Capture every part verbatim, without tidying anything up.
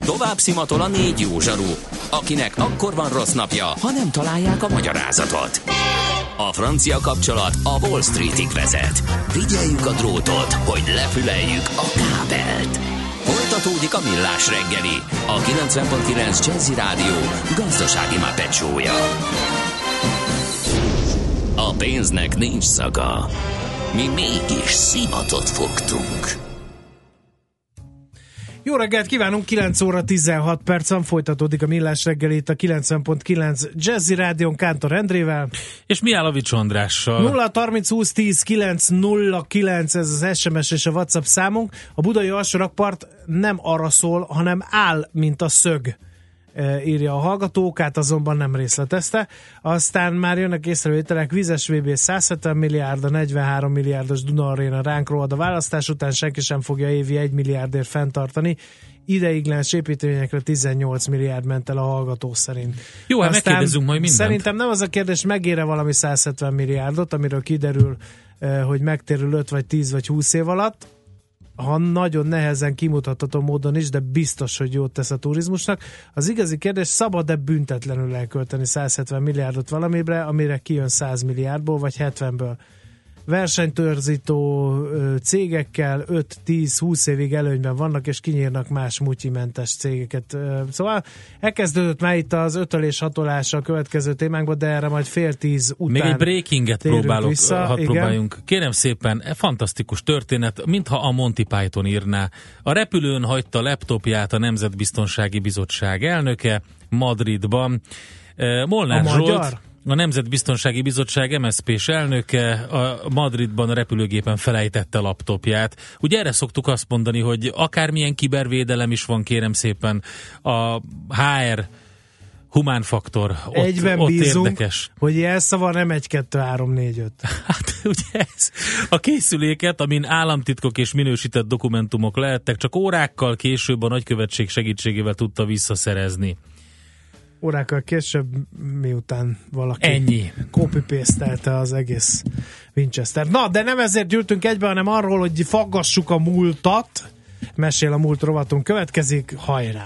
Tovább szimatol a négy jó zsaru, akinek akkor van rossz napja, ha nem találják a magyarázatot. A francia kapcsolat a Wall Streetig vezet. Figyeljük a drótot, hogy lefüleljük a kábelt. Folytatódik a Millás reggeli, a kilencven pont kilenc Jazzy Rádió gazdasági Muppet show-ja. A pénznek nincs szaga. Mi mégis szimatot fogtunk. Jó reggelt kívánunk, kilenc óra tizenhat percen folytatódik a Millás reggeli itt a kilencven pont kilenc Jazzy Rádión Kántor Endrével. És Mihálovics Andrással. nulla harminc húsz tíz kilenc nulla kilenc ez az es em es és a WhatsApp számunk. A budai alsórakpart nem arra szól, hanem áll, mint a szög, írja a hallgatókát, azonban nem részletezte. Aztán már jönnek észrevételek, vízes vé bé száz hetven milliárd, a negyvenhárom milliárdos Duna Arena ránk rohad a választás után, senki sem fogja évi egy milliárdért fenntartani. Ideiglenes építményekre tizennyolc milliárd ment el a hallgató szerint. Jó, hát megkérdezzünk majd mindent. Szerintem nem az a kérdés, megére valami száz hetven milliárdot, amiről kiderül, hogy megtérül öt vagy tíz vagy húsz év alatt, ha nagyon nehezen kimutatható módon is, de biztos, hogy jót tesz a turizmusnak. Az igazi kérdés, szabad-e büntetlenül elkölteni száz hetven milliárdot valamire, amire kijön száz milliárdból, vagy hetvenből. Versenytorzító cégekkel öt tíz húsz évig előnyben vannak, és kinyírnak más mutyimentes cégeket. Szóval elkezdődött már itt az ötölés hatolása a következő témánkban, de erre majd fél tíz után még egy breakinget próbálok, vissza. hadd Igen. próbáljunk. Kérem szépen, fantasztikus történet, mintha a Monty Python írná. A repülőn hagyta laptopját a Nemzetbiztonsági Bizottság elnöke Madridban. Molnár Zsolt, a Nemzetbiztonsági Bizottság em es zé pés elnöke a Madridban a repülőgépen felejtette laptopját. Ugye erre szoktuk azt mondani, hogy akármilyen kibervédelem is van, kérem szépen, a há er humán faktor ott, Egyben ott bízunk, érdekes. hogy jelszava nem egy kettő három négy öt. Hát ugye ez a készüléket, amin államtitkok és minősített dokumentumok lehettek, csak órákkal később a nagykövetség segítségével tudta visszaszerezni. Órákkal később, miután valaki Ennyi. copy-paste-elte az egész Winchester. Na, de nem ezért gyűltünk egybe, hanem arról, hogy faggassuk a múltat. Mesél a múlt rovatunk, következik, hajrá!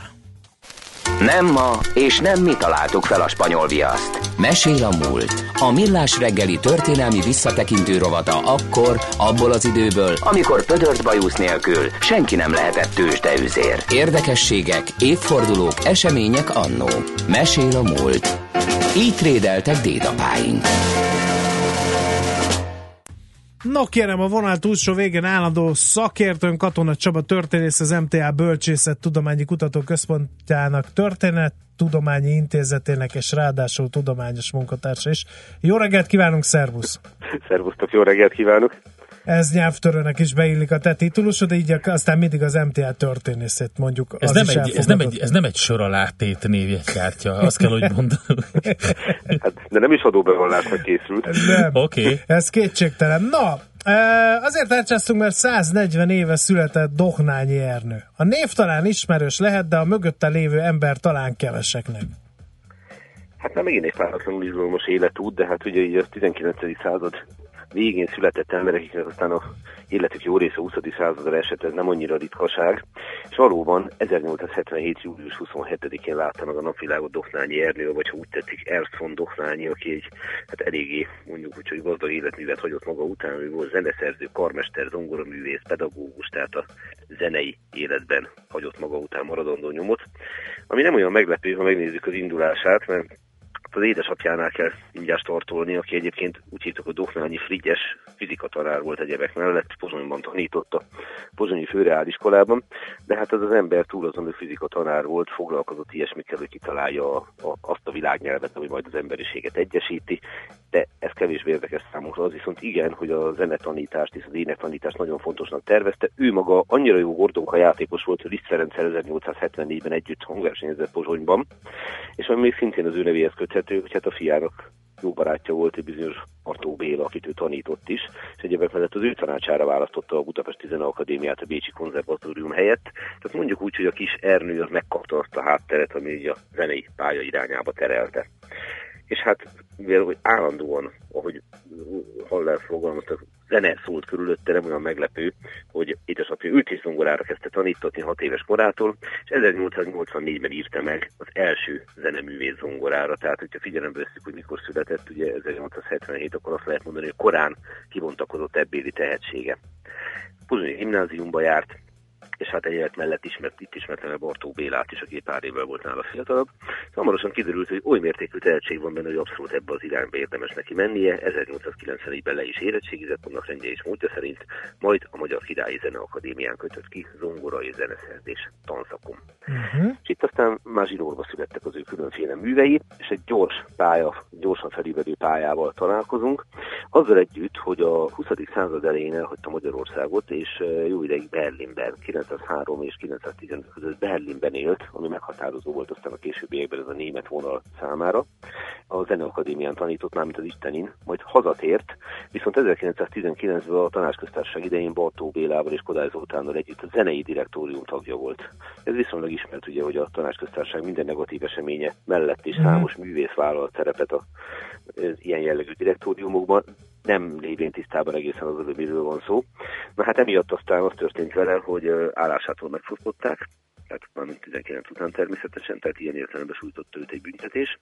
Nem ma, és nem mi találtuk fel a spanyol viaszt. Mesél a múlt. A Millás reggeli történelmi visszatekintő rovata akkor, abból az időből, amikor pödört bajusz nélkül senki nem lehetett tőzsdeüzér. Érdekességek, évfordulók, események annó. Mesél a múlt. Így trédeltek dédapáink. No kérem, a vonal túlsó végén állandó szakértőn Katona Csaba történész, az em té á Bölcsészet Tudományi Kutatóközpontjának Történet Tudományi Intézetének és ráadásul tudományos munkatársa is. Jó reggelt kívánunk, szervusz! Szervusztok, jó reggelt kívánok! Ez nyelvtörőnek is beillik a te titulusod, így aztán mindig az em té á történészét mondjuk. Ez, nem egy, ez, nem egy, ez nem egy sor alá tét névjegykártya, azt kell, hogy mondanunk. Hát, de nem is adóbevallásnak készült. Nem, okay. Ez kétségtelen. Na, azért elcsesztünk, mert száznegyven éve született Dohnányi Ernő. A név talán ismerős lehet, de a mögötte lévő ember talán keveseknek. Hát nem megint egy páratlanul izgalmas életút, de hát ugye így a tizenkilencedik század végén született emberek, akiknek aztán a életük jó része a huszadik századra esett, ez nem annyira ritkaság. És valóban ezernyolcszázhetvenhét július huszonhetedikén látta meg a napvilágot Dohnányi Ernő, vagy ha úgy tetszik Ernst von Dohnányi, aki egy hát eléggé mondjuk úgy, hogy gazdag életművet hagyott maga után, ő volt zeneszerző, karmester, zongoraművész, pedagógus, tehát a zenei életben hagyott maga után maradandó nyomot. Ami nem olyan meglepő, ha megnézzük az indulását, mert az édesapjánál kell mindjárt startolni, aki egyébként úgy hívtuk, hogy Dohnányi Frigyes fizikatanár volt egyebek mellett, Pozsonyban tanított a pozsonyi főreáliskolában, de hát ez az ember túl azon, hogy fizikatanár volt, foglalkozott ilyesmikkel, hogy kitalálja a, a, azt a világnyelvet, ami majd az emberiséget egyesíti, de ez kevésbé érdekes számunkra. Az viszont igen, hogy a zenetanítást és az énektanítást nagyon fontosnak tervezte. Ő maga annyira jó gordonka játékos volt, hogy Liszt Ferenccel ezernyolcszázhetvennégyben együtt hangversenyezett Pozsonyban, és ami még szintén az ő nevéhez köthető, hogy hát a fiának jó barátja volt egy bizonyos Artó Béla, akit ő tanított is, és egyébként mellett az ő tanácsára választotta a Budapesti Zeneakadémiát a Bécsi Konzervatórium helyett. Tehát mondjuk úgy, hogy a kis Ernő az megkapta azt a hátteret, ami így a zenei pálya irányába terelte. És hát, mivel hogy állandóan, ahogy Haller fogalmaztak, zene szólt körülötte, nem olyan meglepő, hogy édesapja ült és zongorára kezdte tanítatni hat éves korától, és ezernyolcszáznyolcvannégyben írta meg az első zeneművét zongorára, tehát hogyha figyelembe veszük, hogy mikor született, ugye ezernyolcszázhetvenhét, akkor azt lehet mondani, hogy korán kibontakozott ebbéli tehetsége. Pozsonyi gimnáziumba járt, és hát egy élet mellett ismert, itt ismertem el Bartók Bélát is, aki pár évvel volt nála fiatalabb. Hamarosan kiderült, hogy oly mértékű tehetség van benne, hogy abszolút ebbe az irányba érdemes neki mennie. ezernyolcszázkilencvenegyben le is érettségizett, annak rendje és múltja szerint, majd a Magyar Királyi Zeneakadémián kötött ki zongora és zeneszerzés tanszakon. Uh-huh. És itt aztán már zsinórba születtek az ő különféle művei, és egy gyors pálya, gyorsan felívelő pályával találkozunk. Azzal együtt, hogy a huszadik század elején elhagyta Magyarországot, és jó ideig Berlinben, kilencszázhárom és kilencszáztizenöt között Berlinben élt, ami meghatározó volt aztán a későbbiekben ez a német vonal számára. A Zeneakadémián tanított, mármint az Istenin, majd hazatért, viszont ezerkilencszáztizenkilencben a Tanácsköztársaság idején Bartók Bélával és Kodály Zoltánnal együtt a zenei direktórium tagja volt. Ez viszonylag ismert, ugye, hogy a Tanácsköztársaság minden negatív eseménye mellett is számos művész vállalt szerepet a ilyen jellegű direktóriumokban, nem lévén tisztában egészen az, hogy miről van szó. Na hát emiatt aztán az történt vele, hogy állásától megfosztották, tehát mármint tizenkilenc után természetesen, tehát ilyen értelemben sújtott őt egy büntetés.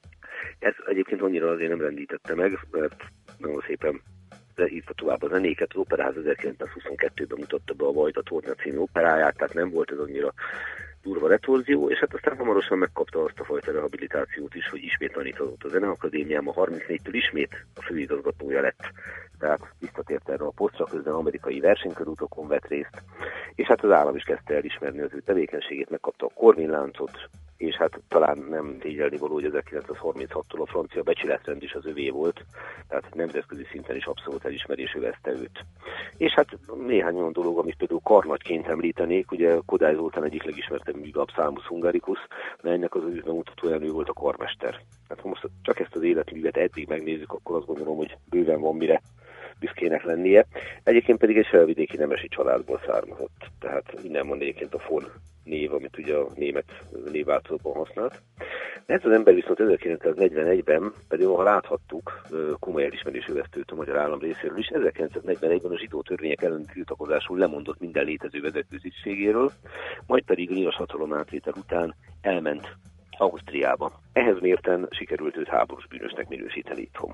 Ez egyébként annyira azért nem rendítette meg, mert nagyon szépen írta tovább a zenéket, az Operaház ezerkilencszázhuszonkettőben mutatta be a Vajda Tornya című operáját, tehát nem volt ez annyira durva retorzió, és hát aztán hamarosan megkapta azt a fajta rehabilitációt is, hogy ismét tanított a Zeneakadémián, a harmincnégytől ismét a főigazgatója lett, tehát visszatért erre a posztra, közben amerikai versenykörútokon vett részt, és hát az állam is kezdte elismerni az ő tevékenységét, megkapta a Korvin láncot, és hát talán nem tégyelni való, hogy ezerkilencszázharminchattól a francia becsületrend is az övé volt, tehát nemzetközi szinten is abszolút elismerésű veszte őt. És hát néhány olyan dolog, amit például karnagyként említenék, ugye Kodály Zoltán egyik legismertebb műve a Psalmus Hungaricus, mert ennek az ő bemutatóján ő volt a karmester. Hát ha most csak ezt az életművet eddig megnézzük, akkor azt gondolom, hogy bőven van mire büszkének lennie. Egyébként pedig egy felvidéki nemesi családból származott, tehát innen van egyébként a von név, amit ugye a német névváltozóban használt. Ez az ember viszont ezerkilencszáznegyvenegyben, pedig ha láthattuk, komoly elismerésű vesztő a magyar állam részéről is, ezerkilencszáznegyvenegyben a zsidó törvények elleni tiltakozásul lemondott minden létező vezetőtisztségéről, majd pedig a nyilas hatalom átvétel után elment Ausztriába. Ehhez mérten sikerült őt háborús bűnösnek minősíteni itthon.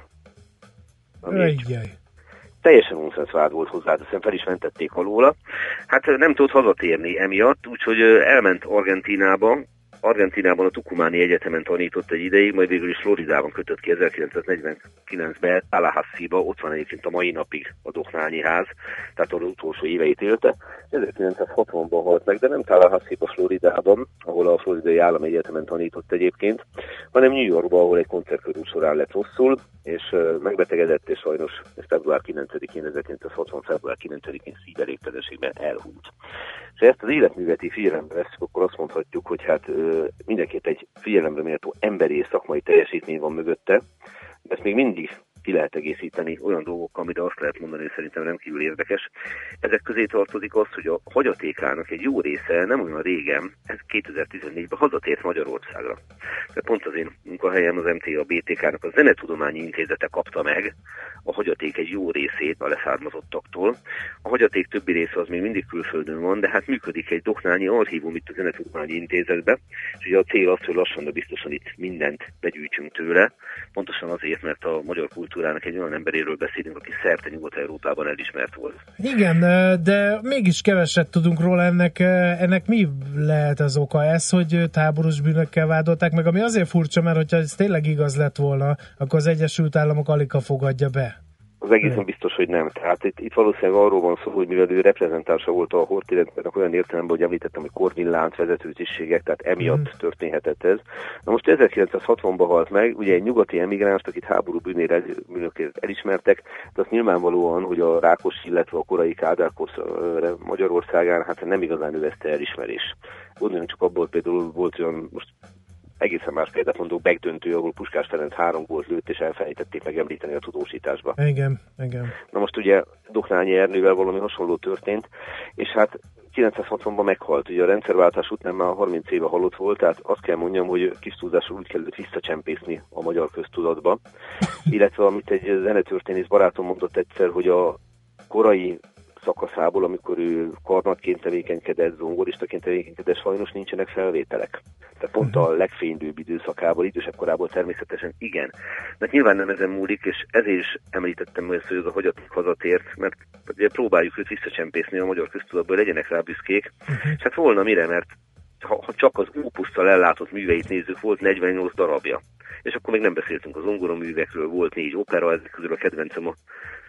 Ajjaj. Teljesen nonsens vád volt hozzá, hiszen fel is mentették alóla. Hát nem tudott hazatérni emiatt, úgyhogy elment Argentínába. Argentinában a Tucumáni Egyetemen tanított egy ideig, majd végül is Floridában kötött ki ezerkilencszáznegyvenkilencben Tallahassee-ba, ott van egyébként a mai napig a Doknányi ház, tehát az utolsó éveit élte. ezerkilencszázhatvanban halt meg, de nem Tallahassee-ba, Floridában, ahol a Floridai Állami Egyetemen tanított egyébként, hanem New Yorkba, ahol egy koncertkörút során lett rosszul, és megbetegedett, és sajnos ez február kilencedikén, ezerkilencszázhatvan. február kilencedikén szívelégtelenségben elhunyt. És ha ezt az életművet így figyelembe veszünk, akkor azt mondhatjuk, hogy hát mindenképp egy figyelemre méltó emberi és szakmai teljesítmény van mögötte, de ezt még mindig ki lehet egészíteni olyan dolgokkal, amire azt lehet mondani, hogy szerintem rendkívül érdekes. Ezek közé tartozik az, hogy a hagyatékának egy jó része nem olyan régen, ez kétezer-tizennégyben hazatért Magyarországra. De pont az én munkahelyem, az em té á bé té ká-nak a Zenetudományi Intézete kapta meg a hagyaték egy jó részét a leszármazottaktól. A hagyaték többi része az még mindig külföldön van, de hát működik egy doknányi archívum itt a Zenetudományi Intézetben, és ugye a cél az, hogy lassan, de biztosan itt mindent begyűjtsünk tőle, pontosan azért, mert a magyar kultúrának egy olyan emberéről beszélünk, aki szerte Nyugat-Európában elismert volt. Igen, de mégis keveset tudunk róla, ennek, ennek mi lehet az oka? Ez, hogy háborús bűnökkel vádolták meg, ami azért furcsa, mert hogyha ez tényleg igaz lett volna, akkor az Egyesült Államok alig fogadja be. Az egészen biztos, hogy nem. Tehát itt, itt valószínűleg arról van szó, hogy mivel ő reprezentánsa volt a horthy-rendszernek olyan értelemben, hogy említettem, hogy Korvin lánc vezetőtisztségek, tehát emiatt mm. történhetett ez. Na most ezerkilencszázhatvanban halt meg, ugye egy nyugati emigránst, akit háború bűnére bűnökért elismertek, de az nyilvánvalóan, hogy a Rákosi, illetve a korai Kádár-korszak Magyarországán hát nem igazán övezte elismerés. Gondoljunk csak abból, például volt olyan, most egészen más példát mondok, megdöntő, ahol Puskás Ferenc három gólt lőtt, és elfelejtették megemlíteni a tudósításba. Igen, igen. Na most ugye Doknányi Ernővel valami hasonló történt, és hát kilencszázhatvanban meghalt. Ugye a rendszerváltás után már harminc éve halott volt, tehát azt kell mondjam, hogy kis túlzásul úgy kellett visszacsempészni a magyar köztudatba. Illetve amit egy zenetörténész barátom mondott egyszer, hogy a korai szakaszából, amikor ő karnatként tevékenykedett, zongoristaként tevékenykedett, sajnos nincsenek felvételek. Tehát pont a legfénylőbb időszakából, idősebb korából természetesen igen. De nyilván nem ezen múlik, és ezért is említettem ezt, hogy az a hagyaték hazatért, mert ugye próbáljuk őt visszacsempészni a magyar köztudatból, legyenek rá büszkék. Uh-huh. És hát volna mire, mert ha, ha csak az ópusztal ellátott műveit nézzük, volt negyvennyolc darabja. És akkor még nem beszéltünk az zongoraművekről, volt négy opera, ezek közül a kedvencem a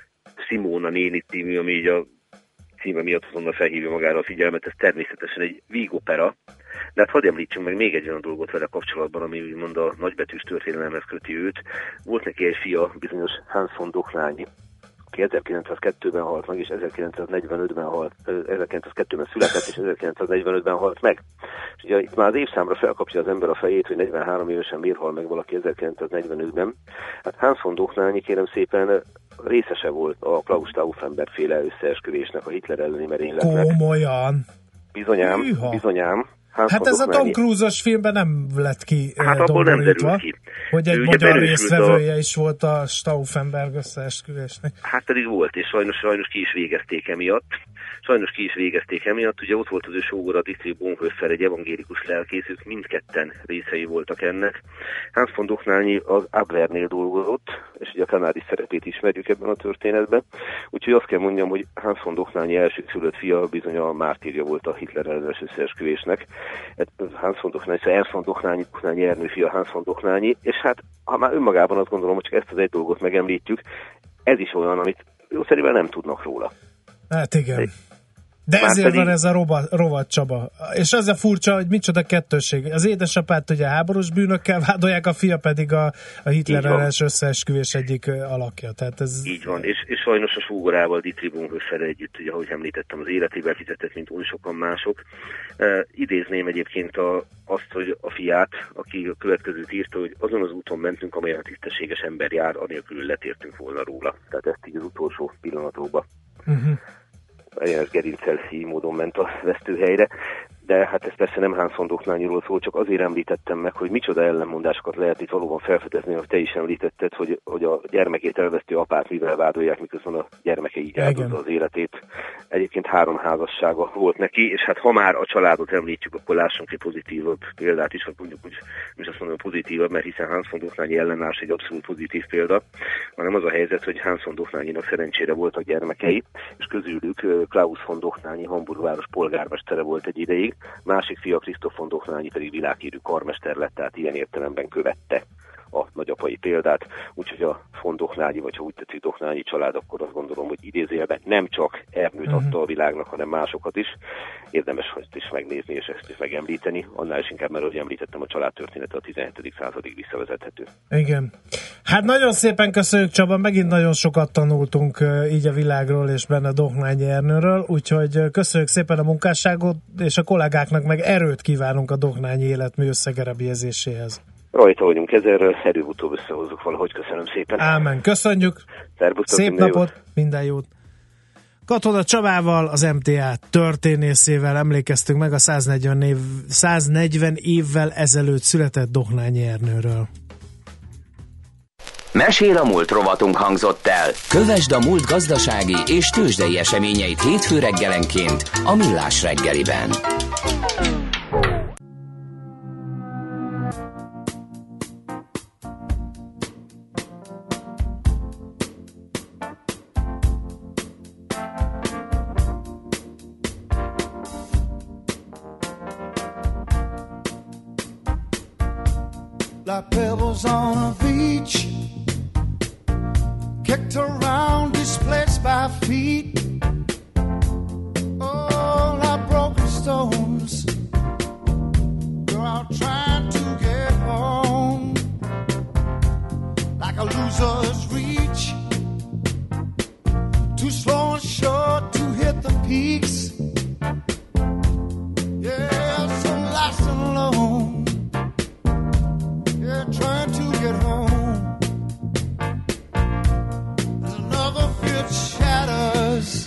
Simona néni című, ami így a címe miatt azonnal felhívja magára a figyelmet, ez természetesen egy vígopera, de hát hadd említsünk meg még egy olyan dolgot vele kapcsolatban, ami úgymond a nagybetűs történelemhez köti őt. Volt neki egy fia, bizonyos Hans von Dochnányi, aki ezerkilencszázkettőben halt meg, és ezerkilencszáznegyvenötben halt, ezerkilencszázkettőben született, és ezerkilencszáznegyvenötben halt meg. És ugye itt már az évszámra felkapja az ember a fejét, hogy negyvenhárom évesen miért hal meg valaki ezerkilencszáznegyvenötben. Hát Hans von Dochnányi, kérem szépen, részese volt a Klaus Stauffenberg féle összeesküvésnek, a Hitler elleni merényletnek. Komolyan? Bizonyám, Hűha. bizonyám. Hans hát ez a Tom Cruise-os filmben nem lett ki hát abból nem derül ki. Hogy egy ő magyar résztvevője a... is volt a Stauffenberg összeesküvésnek. Hát pedig volt, és sajnos, sajnos ki is végezték emiatt. Sajnos ki is végezték emiatt. Ugye ott volt az ő sógora, Dietrich Bonhoeffer, egy evangélikus lelkész, ők mindketten részei voltak ennek. Hans von Dochnányi az Abwehrnél dolgozott, és ugye a kanári szerepét ismerjük ebben a történetben. Úgyhogy azt kell mondjam, hogy Hans von Dochnányi elsőszülött fia bizony a mártírja volt a Hitler ellenes összeesküvésnek. Hans von Dochnányi, szóval Ernst von Dochnányi, Dochnányi Ernő fia Hans von Dochnányi, és hát ha már önmagában azt gondolom, hogy csak ezt az egy dolgot megemlítjük, ez is olyan, amit jószerűen nem tudnak róla. Hát igen. De már ezért pedig... van ez a rovat, rovat Csaba. És az a furcsa, hogy micsoda kettőség. Az édesapát ugye háborús bűnökkel vádolják, a fia pedig a, a Hitler ellenes összeesküvés egyik alakja. Tehát ez... Így van, és, és sajnos a súgorával, Dietrich Bonhoeffer együtt, ugye, ahogy említettem, az életével fizetett, mint oly sokan mások. Uh, idézném egyébként a, azt, hogy a fiát, aki a következőt írta, hogy azon az úton mentünk, amelyen a tisztességes ember jár, anélkül letértünk volna róla. Tehát ezt így az utolsó pillanatokban. Uh-huh. Egyenes gerinccel szíj módon ment a vesztőhelyre, de hát ez persze nem Hans von Dochnányiról szól, csak azért említettem meg, hogy micsoda ellenmondásokat lehet itt valóban felfedezni, ahogy te is említetted, hogy, hogy a gyermekét elvesztő apát mivel vádolják, miközben a gyermeke így áldozza az életét. Egyébként három házassága volt neki, és hát ha már a családot említjük, akkor lássunk egy pozitívabb példát is, vagy mondjuk úgy, és azt mondom pozitívabb, mert hiszen Hans von Dochnányi ellenállás egy abszolút pozitív példa, hanem az a helyzet, hogy Hans von Dochnányinak szerencsére voltak gyermekei, és közülük Klaus von Dochnányi Hamburg város polgármestere volt egy ideig, másik fia Christoph von Dochnányi pedig világhírű karmester lett, tehát ilyen értelemben követte a nagyapai példát, úgyhogy a von Dochnányi, vagy ha úgy tetszik Dochnányi család, akkor azt gondolom, hogy idézőjelben nem csak Ernőt uh-huh. adta a világnak, hanem másokat is. Érdemes ezt is megnézni, és ezt is megemlíteni, annál is inkább, mert ahogy említettem, a családtörténete a tizenhetedik századig visszavezethető. Igen. Hát nagyon szépen köszönjük, Csaba, megint nagyon sokat tanultunk így a világról és benne Dochnányi Ernőről, úgyhogy köszönjük szépen a munkásságot, és a kollégáknak meg erőt kívánunk a Dochnányi életmű összegerebjezéséhez. Rajta vagyunk ezerről, előbb-utóbb összehozzuk valahogy, köszönöm szépen. Ámen, köszönjük. Szerbusztok, szép minden napot, jót. Minden jót. Katona Csabával, az em té á történészével emlékeztünk meg a száznegyven, év, száznegyven évvel ezelőtt született Dochnányi Ernőről. Mesél a múlt rovatunk hangzott el. Kövesd a múlt gazdasági és tőzsdei eseményeit hétfő reggelenként a Millás reggeliben. Like pebbles on a beach, kicked around, displaced by feet. Oh, like broken stones, you're out trying to get home. Like a loser's reach, too slow and short to hit the peaks. Yeah, so lost and alone, trying to get home. There's another field shatters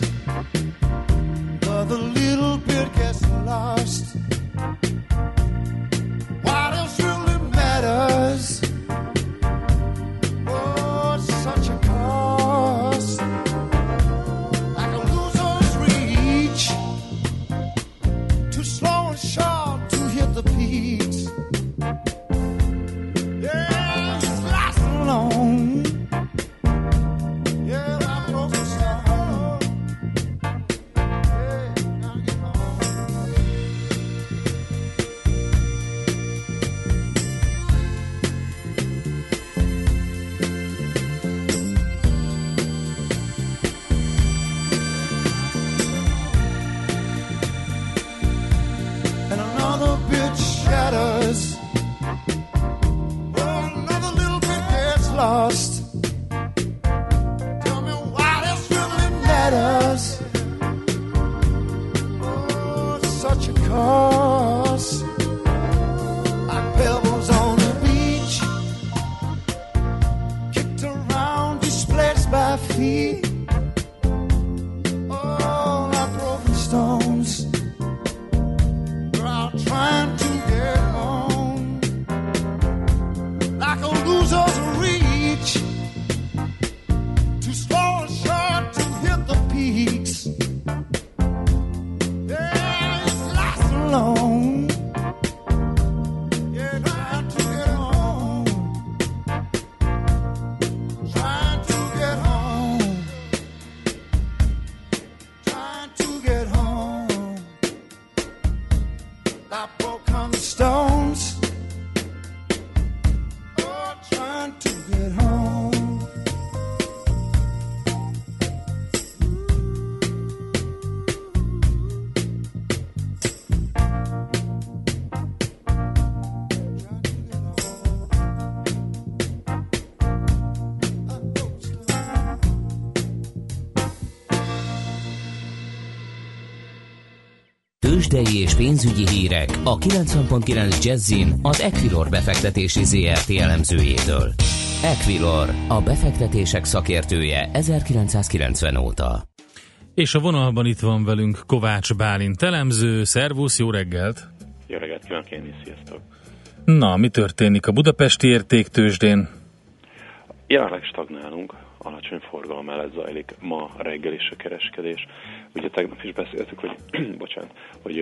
Tőzsdei és pénzügyi hírek a kilencven pont kilenc Jazzin az Equilor befektetési zé er té elemzőjétől. Equilor, a befektetések szakértője ezerkilencszázkilencven óta. És a vonalban itt van velünk Kovács Bálint elemző. Szervusz, jó reggelt! Jó reggelt kívánok én is, sziasztok! Na, mi történik a budapesti értéktőzsdén? Jelenleg stagnálunk, alacsony forgalom mellett zajlik ma reggel is a kereskedés. Ugye tegnap is beszéltük, hogy, bocsánat, hogy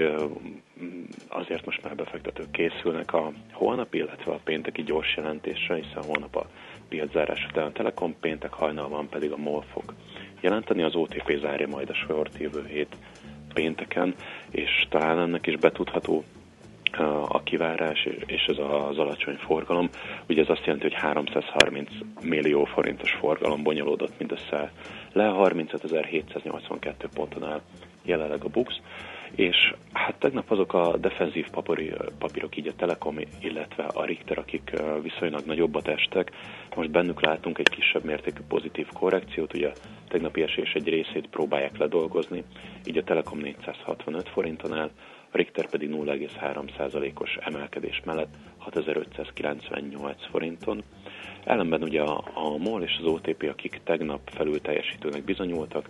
azért most már befektetők készülnek a holnap, illetve a pénteki gyors jelentésre, hiszen holnap a piaczárás után a Telekom, péntek hajnalban pedig a MOL fog jelenteni. Az o té pé zárja majd a sort jövő hét pénteken, és talán ennek is betudható a kivárás, és ez az alacsony forgalom. Ugye ez azt jelenti, hogy háromszázharminc millió forintos forgalom bonyolódott mindössze le, harmincötezer-hétszáznyolcvankettő ponton áll jelenleg a BUX, és hát tegnap azok a defenzív papírok, így a Telekom, illetve a Richter, akik viszonylag nagyobbat estek, most bennük látunk egy kisebb mértékű pozitív korrekciót, ugye a tegnapi esés egy részét próbálják ledolgozni, így a Telekom négyszázhatvanöt forinton áll, a Richter pedig nulla egész három százalékos emelkedés mellett hatezer-ötszázkilencvennyolc forinton. Ellenben ugye a, a MOL és az o té pé, akik tegnap felül teljesítőnek bizonyultak,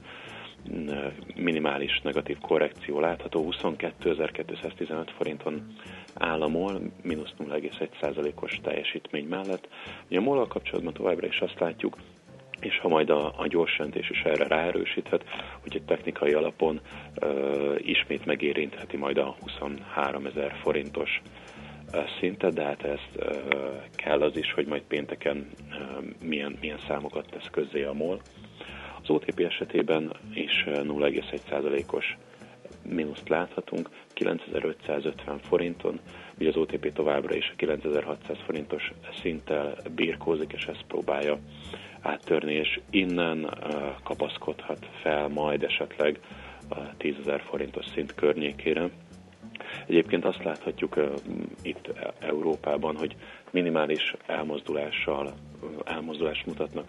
minimális negatív korrekció látható, huszonkétezer-kétszáztizenöt forinton áll a MOL, mínusz nulla egész egy százalékos teljesítmény mellett. Ugye a MOL-al kapcsolatban továbbra is azt látjuk, és ha majd a, a gyors jelentés is erre ráerősíthet, hogy egy technikai alapon uh, ismét megérintheti majd a huszonháromezer forintos uh, szintet, de hát ezt uh, kell az is, hogy majd pénteken uh, milyen, milyen számokat tesz közzé a MOL. Az o té pé esetében is nulla egész egy százalékos mínuszt láthatunk, kilencezer-ötszázötven forinton, ugye az o té pé továbbra is a kilencezer-hatszáz forintos szinttel birkózik, és ezt próbálja áttörni, és innen uh, kapaszkodhat fel majd esetleg a tízezer forintos szint környékére. Egyébként azt láthatjuk uh, itt Európában, hogy minimális elmozdulással, elmozdulást mutatnak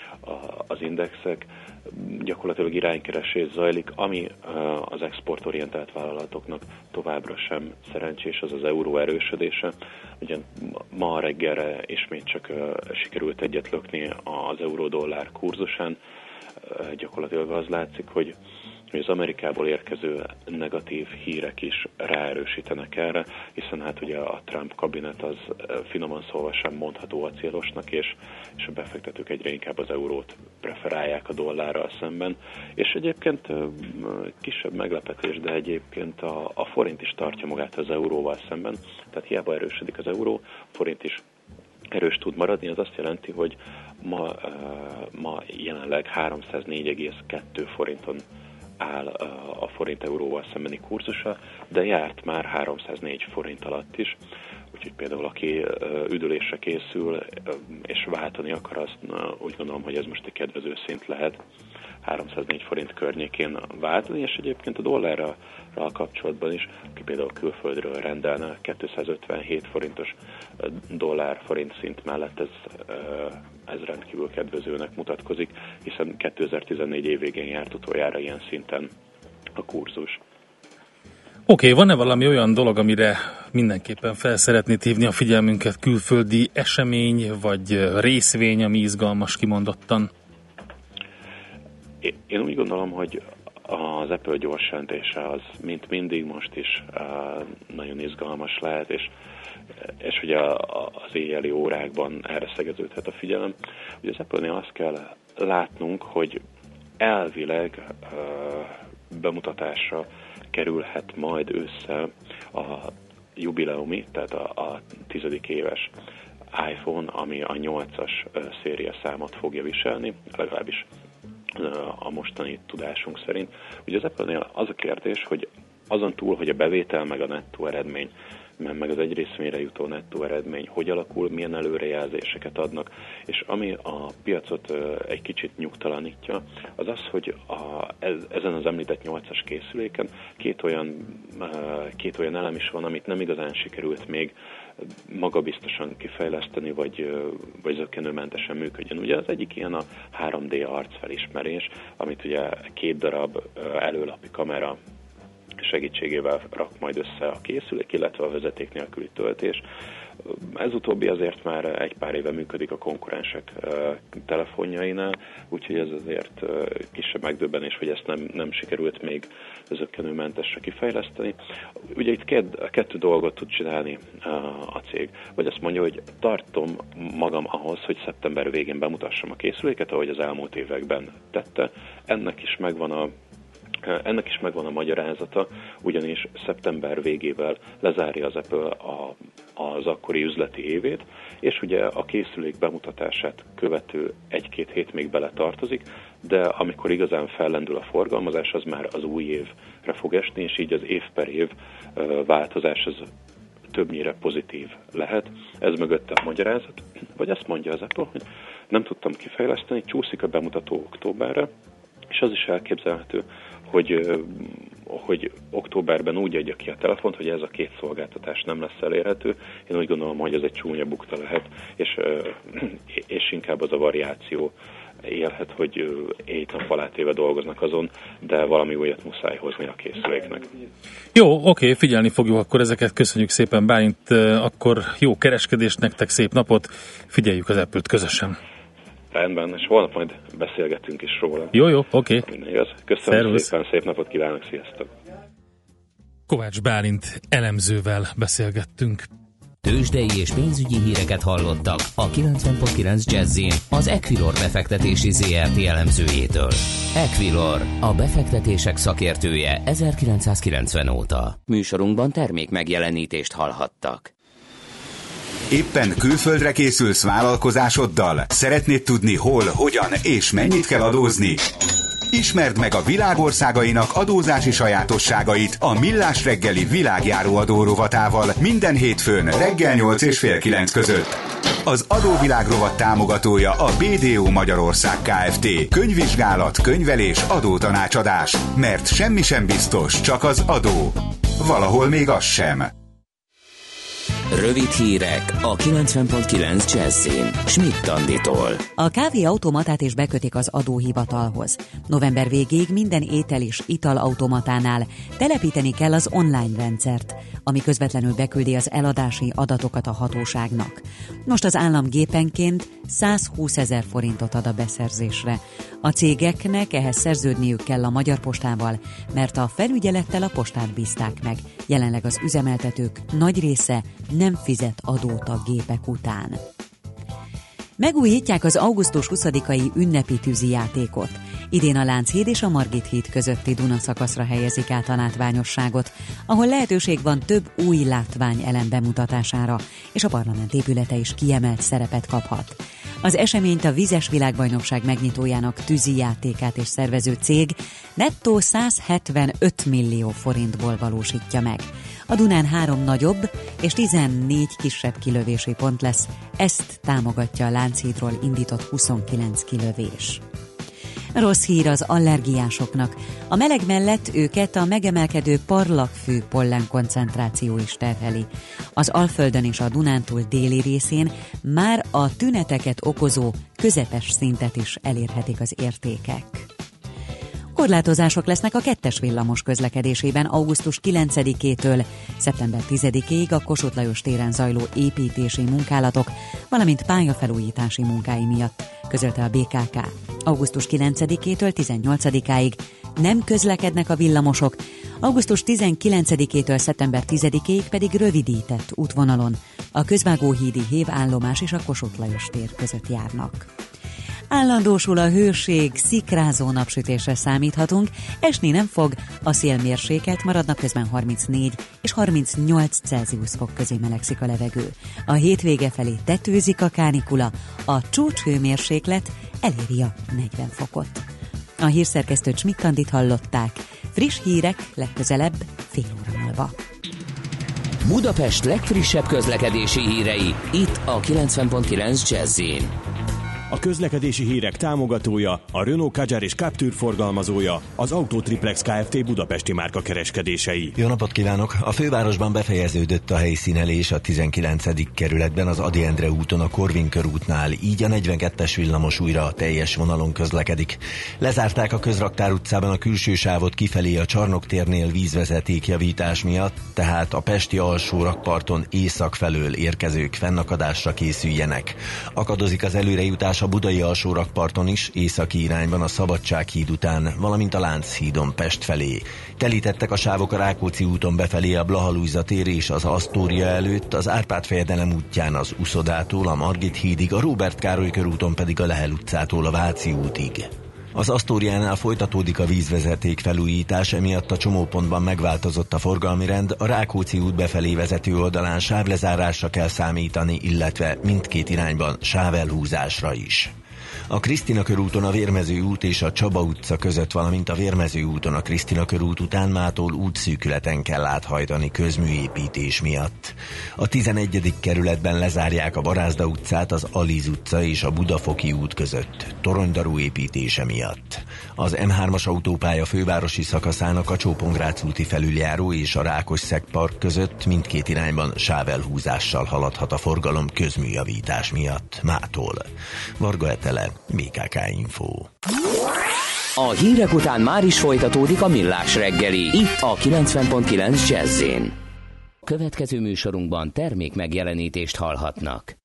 az indexek, gyakorlatilag iránykeresés zajlik, ami az exportorientált vállalatoknak továbbra sem szerencsés, az az euró erősödése. Ugye ma reggelre ismét csak sikerült egyet lökni az euró-dollár kurzusán. Gyakorlatilag az látszik, hogy hogy az Amerikából érkező negatív hírek is ráerősítenek erre, hiszen hát ugye a Trump kabinet az finoman szólva sem mondható acélosnak, és, és a befektetők egyre inkább az eurót preferálják a dollárral szemben. És egyébként kisebb meglepetés, de egyébként a, a forint is tartja magát az euróval szemben, tehát hiába erősödik az euró, a forint is erős tud maradni, az azt jelenti, hogy ma, ma jelenleg háromszáznégy egész kettő forinton áll a forint euróval szembeni kurzusa, de járt már háromszáznégy forint alatt is, úgyhogy például aki üdülésre készül és váltani akar, azt úgy gondolom, hogy ez most egy kedvező szint lehet háromszáznégy forint környékén váltani, és egyébként a dollárral kapcsolatban is, aki például külföldről rendelne kétszázötvenhét forintos dollár-forint szint mellett, ez, ez rendkívül kedvezőnek mutatkozik, hiszen kétezer-tizennégy év végén járt utoljára ilyen szinten a kurzus. Oké, okay, van-e valami olyan dolog, amire mindenképpen fel szeretnéd hívni a figyelmünket, külföldi esemény vagy részvény, ami izgalmas kimondottan? Én úgy gondolom, hogy az Apple gyors jelentése az, mint mindig most is nagyon izgalmas lehet, és, és ugye az éjjeli órákban erre szegeződhet a figyelem. Ugye az Apple-nél azt kell látnunk, hogy elvileg bemutatásra kerülhet majd ősszel a jubileumi, tehát a, a tizedik éves iPhone, ami a nyolcas széria számot fogja viselni, legalábbis a mostani tudásunk szerint. Ugye az Apple-nél az a kérdés, hogy azon túl, hogy a bevétel meg a nettó eredmény, meg az egy részvényre jutó nettó eredmény hogy alakul, milyen előrejelzéseket adnak, és ami a piacot egy kicsit nyugtalanítja, az az, hogy a, ez, ezen az említett nyolcas készüléken két olyan, két olyan elem is van, amit nem igazán sikerült még magabiztosan kifejleszteni, vagy, vagy zökkenőmentesen működjön. Ugye az egyik ilyen a három dé arcfelismerés, amit ugye két darab előlapi kamera segítségével rak majd össze a készülék, illetve a vezeték nélküli töltés. Ez utóbbi azért már egy pár éve működik a konkurensek telefonjainál, úgyhogy ez azért kisebb megdöbbenés, hogy ezt nem, nem sikerült még zökkenőmentesre kifejleszteni. Ugye itt kett, kettő dolgot tud csinálni a cég. Vagy azt mondja, hogy tartom magam ahhoz, hogy szeptember végén bemutassam a készüléket, ahogy az elmúlt években tette. Ennek is megvan a Ennek is megvan a magyarázata, ugyanis szeptember végével lezárja az Apple a, az akkori üzleti évét, és ugye a készülék bemutatását követő egy-két hét még bele tartozik, de amikor igazán fellendül a forgalmazás, az már az új évre fog esni, és így az év per év változás az többnyire pozitív lehet. Ez mögötte a magyarázat, vagy azt mondja az Apple, hogy nem tudtam kifejleszteni, csúszik a bemutató októberre, és az is elképzelhető, hogy, hogy októberben úgy adja ki a telefont, hogy ez a két szolgáltatás nem lesz elérhető. Én úgy gondolom, hogy ez egy csúnya bukta lehet, és, és inkább az a variáció élhet, hogy hét nap alátéve dolgoznak azon, de valami újat muszáj hozni a készüléknek. Jó, oké, figyelni fogjuk akkor ezeket. Köszönjük szépen, Bálint, akkor jó kereskedést nektek, szép napot, figyeljük az Apple-t közösen. Rendben, és holnap majd beszélgetünk is róla. Jó, jó, oké. Minden igaz. Köszönöm Szervusz. szépen, szép napot kívánok, sziasztok! Kovács Bálint elemzővel beszélgettünk. Tőzsdei és pénzügyi híreket hallottak a kilencven pont kilenc Jazzin az Equilor befektetési zé er té elemzőjétől. Equilor, a befektetések szakértője ezerkilencszázkilencven óta. Műsorunkban termék megjelenítést hallhattak. Éppen külföldre készülsz vállalkozásoddal? Szeretnéd tudni hol, hogyan és mennyit kell adózni? Ismerd meg a világországainak adózási sajátosságait a Millás reggeli világjáró adó rovatával minden hétfőn reggel nyolc és fél kilenc között. Az adóvilág rovat támogatója a bé dé o Magyarország Kft. Könyvvizsgálat, könyvelés, adótanácsadás. Mert semmi sem biztos, csak az adó. Valahol még az sem. Rövid hírek a kilencven pont kilenc Jazzin. Schmidt Anditól. A kávéautomatát is bekötik az adóhivatalhoz. November végéig minden étel és italautomatánál telepíteni kell az online rendszert, ami közvetlenül beküldi az eladási adatokat a hatóságnak. Most az állam gépenként százhúszezer forintot ad a beszerzésre. A cégeknek ehhez szerződniük kell a Magyar Postával, mert a felügyelettel a postát bízták meg. Jelenleg az üzemeltetők nagy része nem fizet adót a gépek után. Megújítják az augusztus huszadikai ünnepi tűzijátékot. Idén a Lánchíd és a Margit híd közötti Duna szakaszra helyezik át a látványosságot, ahol lehetőség van több új látványelem bemutatására, és a parlament épülete is kiemelt szerepet kaphat. Az eseményt a Vizes Világbajnokság megnyitójának tűzijátékát és szervező cég nettó százhetvenöt millió forintból valósítja meg. A Dunán három nagyobb és tizennégy kisebb kilövési pont lesz, ezt támogatja a Lánchídról indított huszonkilenc kilövés. Rossz hír az allergiásoknak. A meleg mellett őket a megemelkedő parlagfű pollen koncentráció is terheli. Az Alföldön és a Dunántúl déli részén már a tüneteket okozó közepes szintet is elérhetik az értékek. Korlátozások lesznek a kettes villamos közlekedésében augusztus kilencedikétől szeptember tizedikéig a Kossuth Lajos téren zajló építési munkálatok, valamint pályafelújítási munkái miatt, közölte a bé ká ká. augusztus kilencedikétől tizennyolcadikáig nem közlekednek a villamosok, augusztus tizenkilencedikétől szeptember tizedikéig pedig rövidített útvonalon a Közvágóhídi Hév állomás és a Kossuth Lajos tér között járnak. Állandósul a hőség, szikrázó napsütésre számíthatunk, esni nem fog, a szélmérsékelt marad, napközben harmincnégy és harmincnyolc Celsius fok közé melegszik a levegő. A hétvége felé tetőzik a kánikula, a csúcshőmérséklet eléri a negyven fokot. A hírszerkesztőt Schmidt-Andit hallották, friss hírek legközelebb fél óra múlva. Budapest legfrissebb közlekedési hírei, itt a kilencven pont kilenc Jazzin. A közlekedési hírek támogatója, a Renault Kadjar és Captur forgalmazója, az Autotriplex Kft. Budapesti márka kereskedései. Jó napot kívánok! A fővárosban befejeződött a helyszínelés a tizenkilencedik kerületben az Ady Endre úton a Korvin körútnál, így a negyvenkettes villamos újra a teljes vonalon közlekedik. Lezárták a Közraktár utcában a külső sávot kifelé a Csarnok térnél vízvezetékjavítás miatt, tehát a pesti alsó rakparton észak felől érkezők fennakadásra készüljenek. Akadozik az előrejutás a budai alsó rakparton is, északi irányban a Szabadsághíd után, valamint a Lánchídon Pest felé. Telítettek a sávok a Rákóczi úton befelé a Blaha Lujza tér és az Asztória előtt, az Árpád-fejedelem útján az Uszodától a Margit hídig, a Róbert Károly körúton pedig a Lehel utcától a Váci útig. Az Asztóriánál folytatódik a vízvezeték felújítás, emiatt a csomópontban megváltozott a forgalmi rend, a Rákóczi út befelé vezető oldalán sávlezárásra kell számítani, illetve mindkét irányban sávelhúzásra is. A Krisztina körúton a Vérmező út és a Csaba utca között, valamint a Vérmező úton a Krisztina körút után mától útszűkületen kell áthajtani közműépítés miatt. A tizenegyedik kerületben lezárják a Barázda utcát az Aliz utca és a Budafoki út között, toronydarú építése miatt. Az em hármas autópálya fővárosi szakaszán a Kacsó-Pongrác úti felüljáró és a Rákosszeg park között mindkét irányban sávelhúzással haladhat a forgalom közműjavítás miatt mától. Varga Etele, bé ká ká Info. A hírek után már is folytatódik a Millás reggeli, itt a kilencven pont kilenc Jazz-én. Következő műsorunkban termék megjelenítést hallhatnak.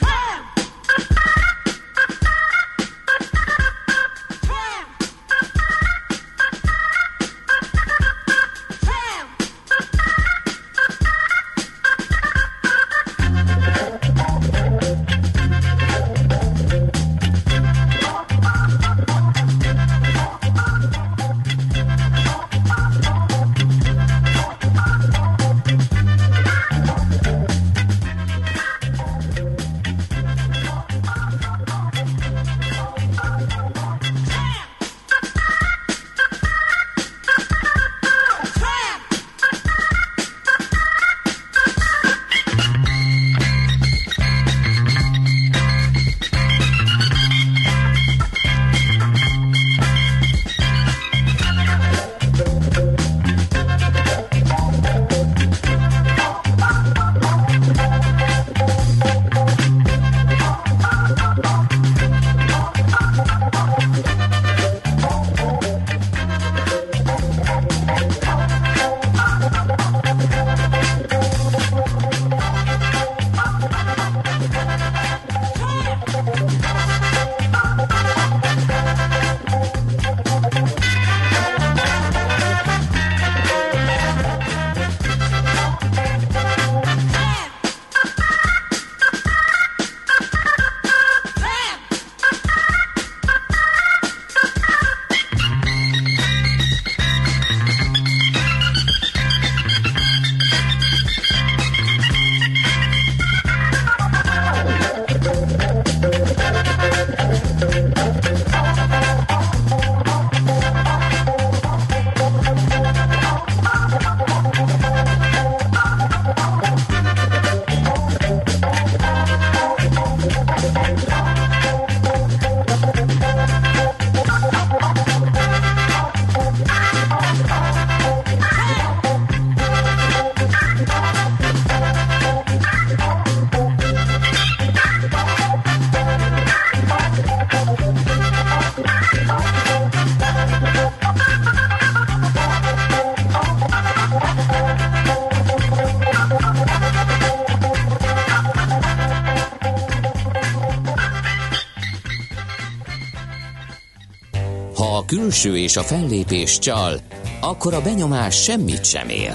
Ha a külső és a fellépés csal, akkor a benyomás semmit sem ér.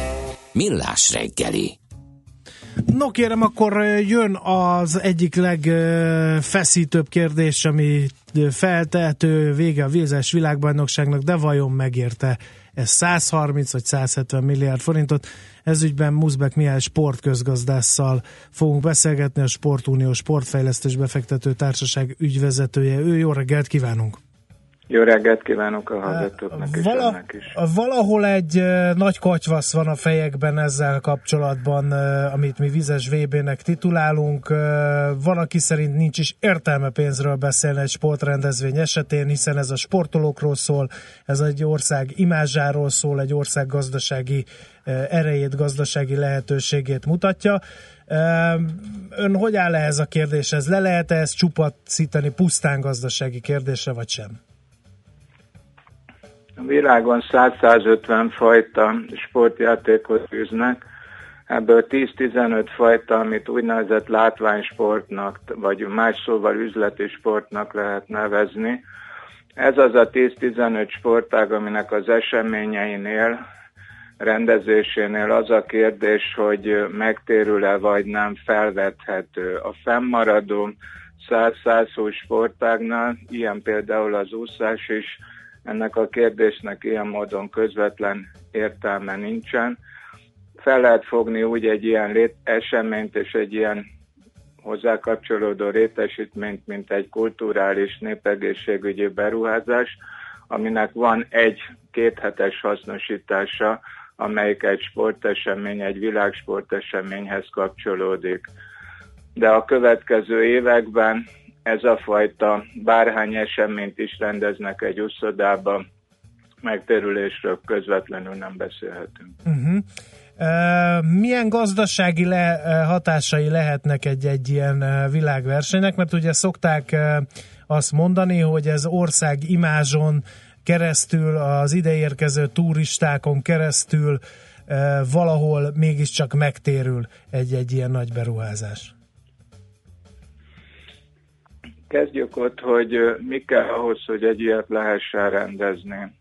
Millás reggeli. No kérem, akkor jön az egyik legfeszítőbb kérdés, ami feltehető, vége a vízes világbajnokságnak, de vajon megérte ez száz harminc vagy száz hetven milliárd forintot? Ezügyben Muszbek Mihály sportközgazdásszal fogunk beszélgetni, a Sportunió Sportfejlesztés Befektető Társaság ügyvezetője. Ő, jó reggelt kívánunk! Jó reggelt kívánok a hallgatóknak és Vala, önnek is. Valahol egy uh, nagy katyvasz van a fejekben ezzel kapcsolatban, uh, amit mi vizes vé bének titulálunk. Uh, van, aki szerint nincs is értelme pénzről beszélni egy sportrendezvény esetén, hiszen ez a sportolókról szól, ez egy ország imázsáról szól, egy ország gazdasági uh, erejét, gazdasági lehetőségét mutatja. Uh, ön hogy áll ehhez a kérdéshez? Le lehet-e ezt csupacítani pusztán gazdasági kérdésre, vagy sem? A világon száz-százötven fajta sportjátékot űznek, ebből tíz-tizenöt fajta, amit úgynevezett látványsportnak, vagy más szóval üzleti sportnak lehet nevezni. Ez az a tíz-tizenöt sportág, aminek az eseményeinél, rendezésénél az a kérdés, hogy megtérül-e vagy nem felvethető. A fennmaradó száz-százhúsz sportágnál, ilyen például az úszás is, ennek a kérdésnek ilyen módon közvetlen értelme nincsen. Fel lehet fogni úgy egy ilyen lét- eseményt és egy ilyen hozzá kapcsolódó létesítményt, mint egy kulturális népegészségügyi beruházás, aminek van egy kéthetes hasznosítása, amelyik egy sportesemény, egy világsporteseményhez kapcsolódik. De a következő években ez a fajta bárhány eseményt is rendeznek egy úszodában, megtérülésről közvetlenül nem beszélhetünk. Uh-huh. Uh, milyen gazdasági le, uh, hatásai lehetnek egy-egy ilyen uh, világversenynek? Mert ugye szokták uh, azt mondani, hogy ez ország imázson keresztül, az ideérkező turistákon keresztül uh, valahol mégiscsak megtérül egy-egy ilyen nagy beruházás. Kezdjük ott, hogy mi kell ahhoz, hogy egy ilyet lehessen rendezni.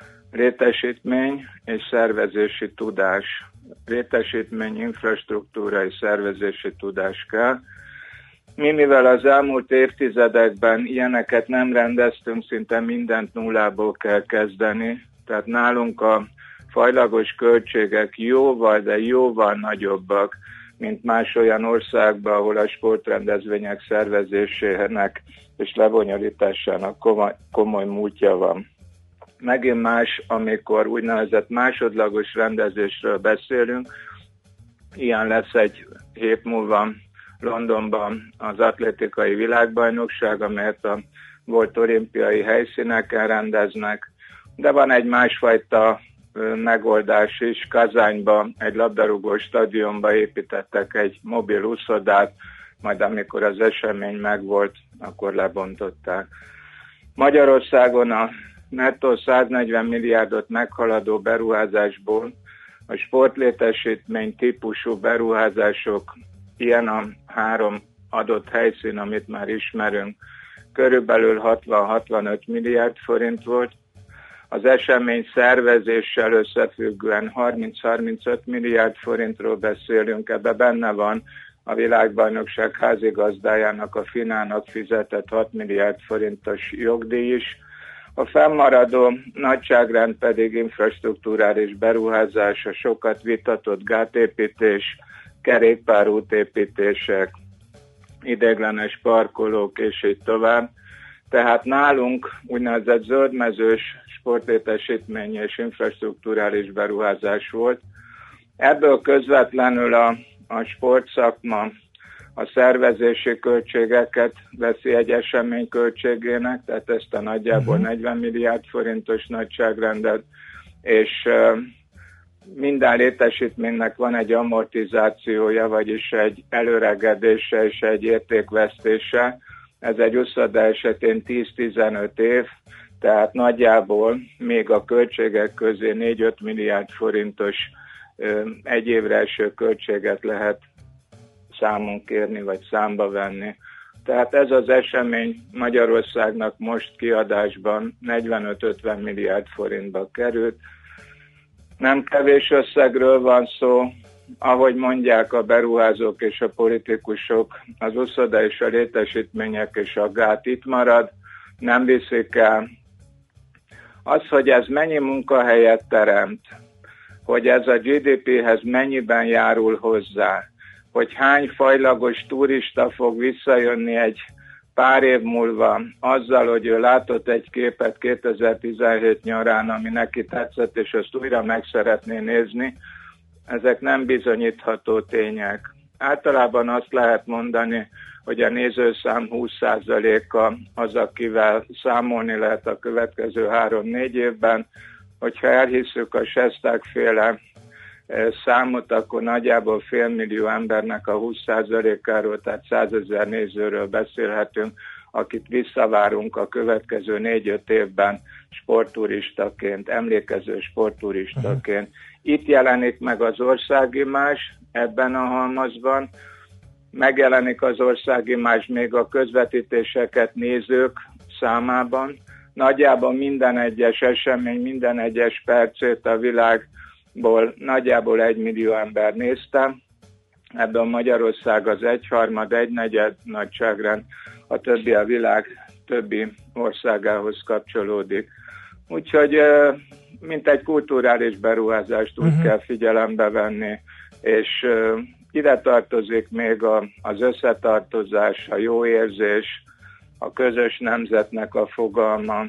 Létesítmény és szervezési tudás. Létesítmény, infrastruktúra és szervezési tudás kell. Mi, mivel az elmúlt évtizedekben ilyeneket nem rendeztünk, szinte mindent nullából kell kezdeni, tehát nálunk a fajlagos költségek jóval, de jóval nagyobbak, mint más olyan országban, ahol a sportrendezvények szervezésének és lebonyolításának komoly, komoly múltja van. Megint más, amikor úgynevezett másodlagos rendezésről beszélünk, ilyen lesz egy hét múlva Londonban az atlétikai világbajnokság, amelyet a volt olimpiai helyszíneken rendeznek, de van egy másfajta megoldás is. Kazányba, egy labdarúgó stadionba építettek egy mobil úszodát, majd amikor az esemény megvolt, akkor lebontották. Magyarországon a nettó száznegyven milliárdot meghaladó beruházásból a sportlétesítmény típusú beruházások, ilyen a három adott helyszín, amit már ismerünk, körülbelül hatvan-hatvanöt milliárd forint volt. Az esemény szervezéssel összefüggően harminc-harmincöt milliárd forintról beszélünk, ebbe benne van a világbajnokság házigazdájának, a Finának fizetett hat milliárd forintos jogdíj is. A fennmaradó nagyságrend pedig infrastruktúrális beruházás, a sokat vitatott gátépítés, kerékpárútépítések, ideiglenes parkolók és így tovább. Tehát nálunk úgynevezett zöldmezős sportlétesítmény és infrastrukturális beruházás volt. Ebből közvetlenül a, a sportszakma a szervezési költségeket veszi egy esemény költségének, tehát ezt a nagyjából uh-huh. negyven milliárd forintos nagyságrendet, és uh, minden létesítménynek van egy amortizációja, vagyis egy előregedése és egy értékvesztése. Ez egy úszoda esetén tíz-tizenöt év, tehát nagyjából még a költségek közé négy-öt milliárd forintos ö, egy évre eső költséget lehet számon kérni, vagy számba venni. Tehát ez az esemény Magyarországnak most kiadásban negyvenöt-ötven milliárd forintba került. Nem kevés összegről van szó, ahogy mondják a beruházók és a politikusok, az úszoda és a létesítmények és a gát itt marad, nem viszik el. Az, hogy ez mennyi munkahelyet teremt, hogy ez a gé dé péhez mennyiben járul hozzá, hogy hány fajlagos turista fog visszajönni egy pár év múlva azzal, hogy ő látott egy képet kétezer-tizenhét nyarán, ami neki tetszett, és ezt újra meg szeretné nézni, ezek nem bizonyítható tények. Általában azt lehet mondani, hogy a nézőszám húsz százaléka az, akivel számolni lehet a következő három-négy évben. Hogyha elhisszük a Sesták-féle számot, akkor nagyjából félmillió embernek a húsz százalékáról, tehát százezer nézőről beszélhetünk, akit visszavárunk a következő négy-öt évben sportturistaként, emlékező sportturistaként. Itt jelenik meg az országimázs ebben a halmazban, megjelenik az országimázs még a közvetítéseket nézők számában. Nagyjából minden egyes esemény, minden egyes percét a világból nagyjából egy millió ember nézte. Ebben Magyarország az egyharmad, egynegyed nagyságrend, a többi a világ többi országához kapcsolódik. Úgyhogy mint egy kulturális beruházást úgy uh-huh. kell figyelembe venni, és ide tartozik még a, az összetartozás, a jó érzés, a közös nemzetnek a fogalma.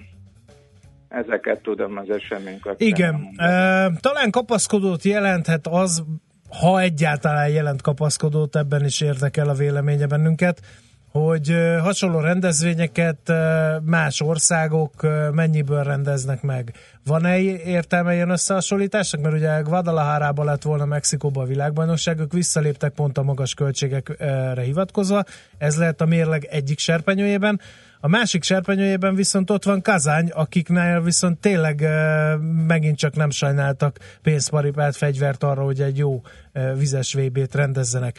Ezeket tudom az esemény kapcsán. Igen, e, talán kapaszkodót jelenthet az, ha egyáltalán jelent kapaszkodót, ebben is érdekel a véleménye bennünket, hogy hasonló rendezvényeket más országok mennyiből rendeznek meg. Van-e értelme ilyen összehasonlításnak? Mert ugye Guadalajara-ban lett volna Mexikóban a világbajnokság, ők visszaléptek pont a magas költségekre hivatkozva. Ez lehet a mérleg egyik serpenyőjében. A másik serpenyőjében viszont ott van Kazány, akiknél viszont tényleg megint csak nem sajnáltak pénzparipát, fegyvert arra, hogy egy jó vizes vé bét rendezzenek.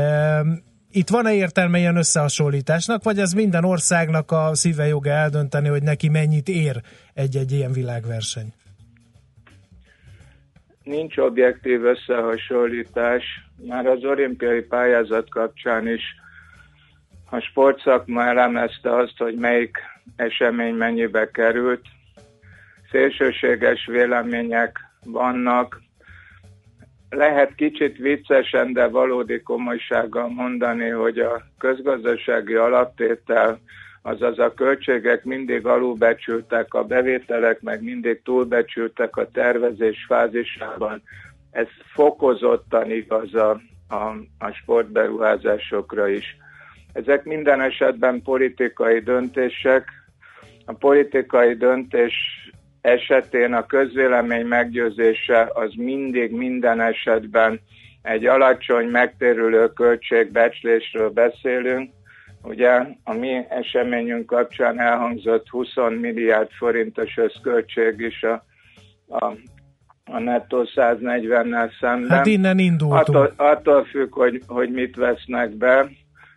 Itt van-e értelme ilyen összehasonlításnak, vagy ez minden országnak a szíve joga eldönteni, hogy neki mennyit ér egy-egy ilyen világverseny? Nincs objektív összehasonlítás. Már az olimpiai pályázat kapcsán is a sportszakma elemezte azt, hogy melyik esemény mennyibe került. Szélsőséges vélemények vannak. Lehet kicsit viccesen, de valódi komolysággal mondani, hogy a közgazdasági alaptétel, azaz a költségek mindig alulbecsültek, a bevételek meg mindig túlbecsültek a tervezés fázisában. Ez fokozottan igaz a, a, a sportberuházásokra is. Ezek minden esetben politikai döntések. A politikai döntés esetén a közvélemény meggyőzése az mindig minden esetben egy alacsony megtérülő költségbecslésről beszélünk. Ugye a mi eseményünk kapcsán elhangzott húsz milliárd forintos összköltség is a, a, a nettó száznegyvennel szemben. Hát innen indultunk. Attól, attól függ, hogy, hogy mit vesznek be.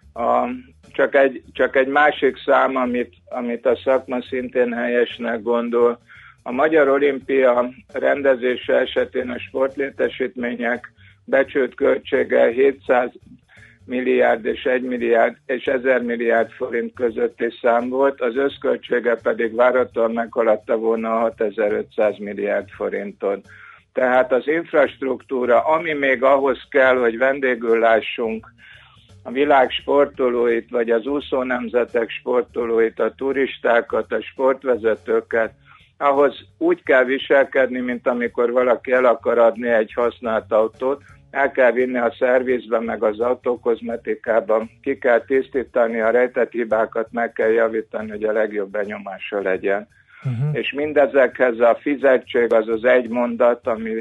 A, csak, egy, csak egy másik szám, amit, amit a szakma szintén helyesnek gondol. A Magyar Olimpia rendezése esetén a sportlétesítmények becsült költsége hétszáz milliárd és egy milliárd és ezer milliárd forint közötti szám volt, az összköltsége pedig várhatóan meghaladta volna a hatezer-ötszáz milliárd forintot. Tehát az infrastruktúra, ami még ahhoz kell, hogy vendégül lássunk a világ sportolóit, vagy az úszónemzetek sportolóit, a turistákat, a sportvezetőket, ahhoz úgy kell viselkedni, mint amikor valaki el akar adni egy használt autót, el kell vinni a szervizbe, meg az autókozmetikában, ki kell tisztítani a rejtett hibákat, meg kell javítani, hogy a legjobb benyomása legyen. Uh-huh. És mindezekhez a fizetség az az egy mondat, ami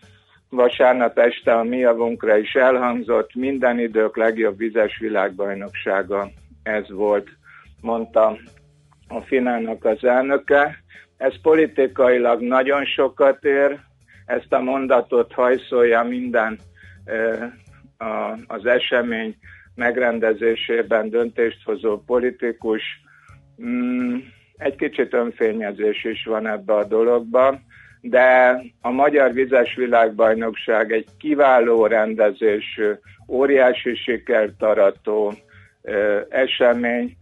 vasárnap este a mi javunkra is elhangzott, minden idők legjobb vizes világbajnoksága ez volt, mondta a Finának az elnöke. Ez politikailag nagyon sokat ér, ezt a mondatot hajszolja minden a, az esemény megrendezésében döntést hozó politikus. Egy kicsit önfényezés is van ebbe a dologban, de a Magyar Vizes Világbajnokság egy kiváló rendezésű, óriási sikert arató esemény,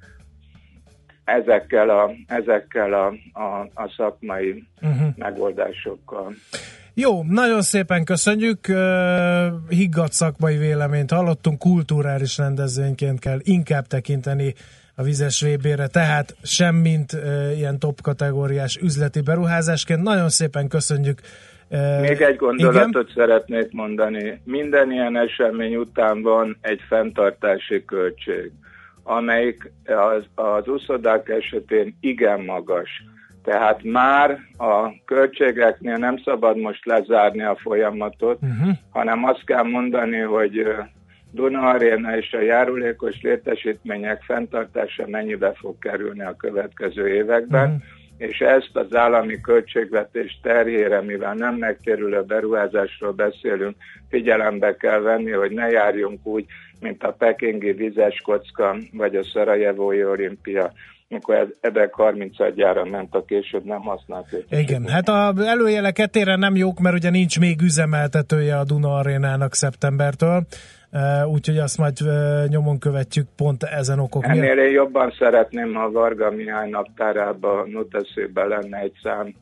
ezekkel a, ezekkel a, a, a szakmai uh-huh. megoldásokkal. Jó, nagyon szépen köszönjük. Higgadt szakmai véleményt hallottunk, kulturális rendezvényként kell inkább tekinteni a vizes vé bé-re, tehát sem mint uh, ilyen top kategóriás üzleti beruházásként. Nagyon szépen köszönjük. Uh, Még egy gondolatot igen? szeretnék mondani. Minden ilyen esemény után van egy fenntartási költség, amelyik az, az úszodák esetén igen magas. Tehát már a költségeknél nem szabad most lezárni a folyamatot, uh-huh. hanem azt kell mondani, hogy Duna Aréna és a járulékos létesítmények fenntartása mennyibe fog kerülni a következő években, uh-huh. és ezt az állami költségvetés terhére, mivel nem megtérülő beruházásról beszélünk, figyelembe kell venni, hogy ne járjunk úgy, mint a pekingi vizes kocka, vagy a szarajevói olimpia, mikor ebben harmincadjára ment, a később nem használt. Igen, hát az előjelek etére nem jók, mert ugye nincs még üzemeltetője a Duna Arénának szeptembertől, úgyhogy azt majd nyomon követjük pont ezen okok miatt. Ennél én jobban szeretném, ha Varga Mihály naptárában, noteszében lenne egy szám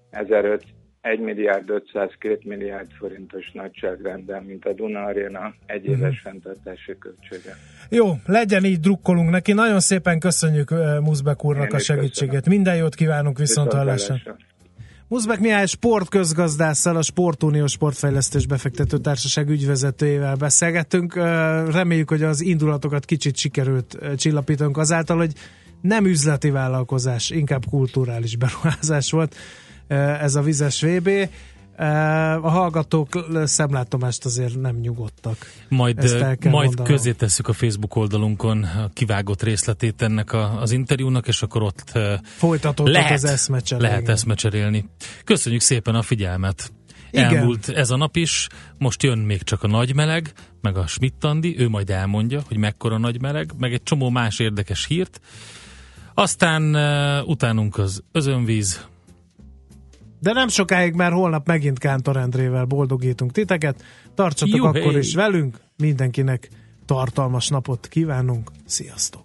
egy milliárd ötszáz két milliárd forintos nagyságrendben, mint a Duna Aréna egyéves uh-huh. fenntartási költsége. Jó, legyen így, drukkolunk neki. Nagyon szépen köszönjük Muszbek úrnak a segítséget. Köszönöm. Minden jót kívánunk, viszont hallásra. Muszbek Mihály sportközgazdásszal, a Sportunió Sportfejlesztés Befektető Társaság ügyvezetőjével beszélgettünk. Reméljük, hogy az indulatokat kicsit sikerült csillapítunk azáltal, hogy nem üzleti vállalkozás, inkább kulturális beruházás volt ez a vizes vé bé. A hallgatók szemlátomást azért nem nyugodtak. Majd, majd mondanom. közé tesszük a Facebook oldalunkon a kivágott részletét ennek a, az interjúnak, és akkor ott folytatódott az eszmecsere. Lehet eszmecserélni. Köszönjük szépen a figyelmet. Igen. Elmúlt ez a nap is, most jön még csak a nagy meleg, meg a Schmidt-Andi, ő majd elmondja, hogy mekkora nagy meleg, meg egy csomó más érdekes hírt. Aztán uh, utánunk az özönvíz. De nem sokáig, mert holnap megint Kántor Endrével boldogítunk titeket. Tartsatok Juhé. Akkor is velünk. Mindenkinek tartalmas napot kívánunk. Sziasztok!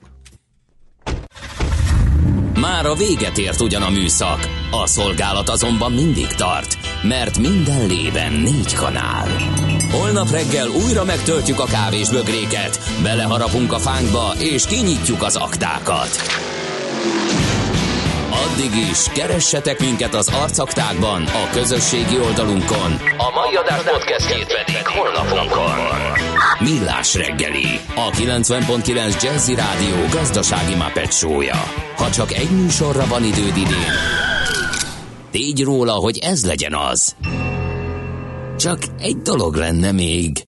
Már a véget ért ugyan a műszak. A szolgálat azonban mindig tart, mert minden lében négy kanál. Holnap reggel újra megtöltjük a kávésbögréket, beleharapunk a fánkba és kinyitjuk az aktákat. Addig is keressetek minket az arcaktákban, a közösségi oldalunkon. A mai adás podcastjét pedig honlapunkon. Millás reggeli, a kilencven pont kilenc Jazzy Rádió gazdasági Muppet show-ja. Ha csak egy műsorra van időd idén, tégy róla, hogy ez legyen az. Csak egy dolog lenne még.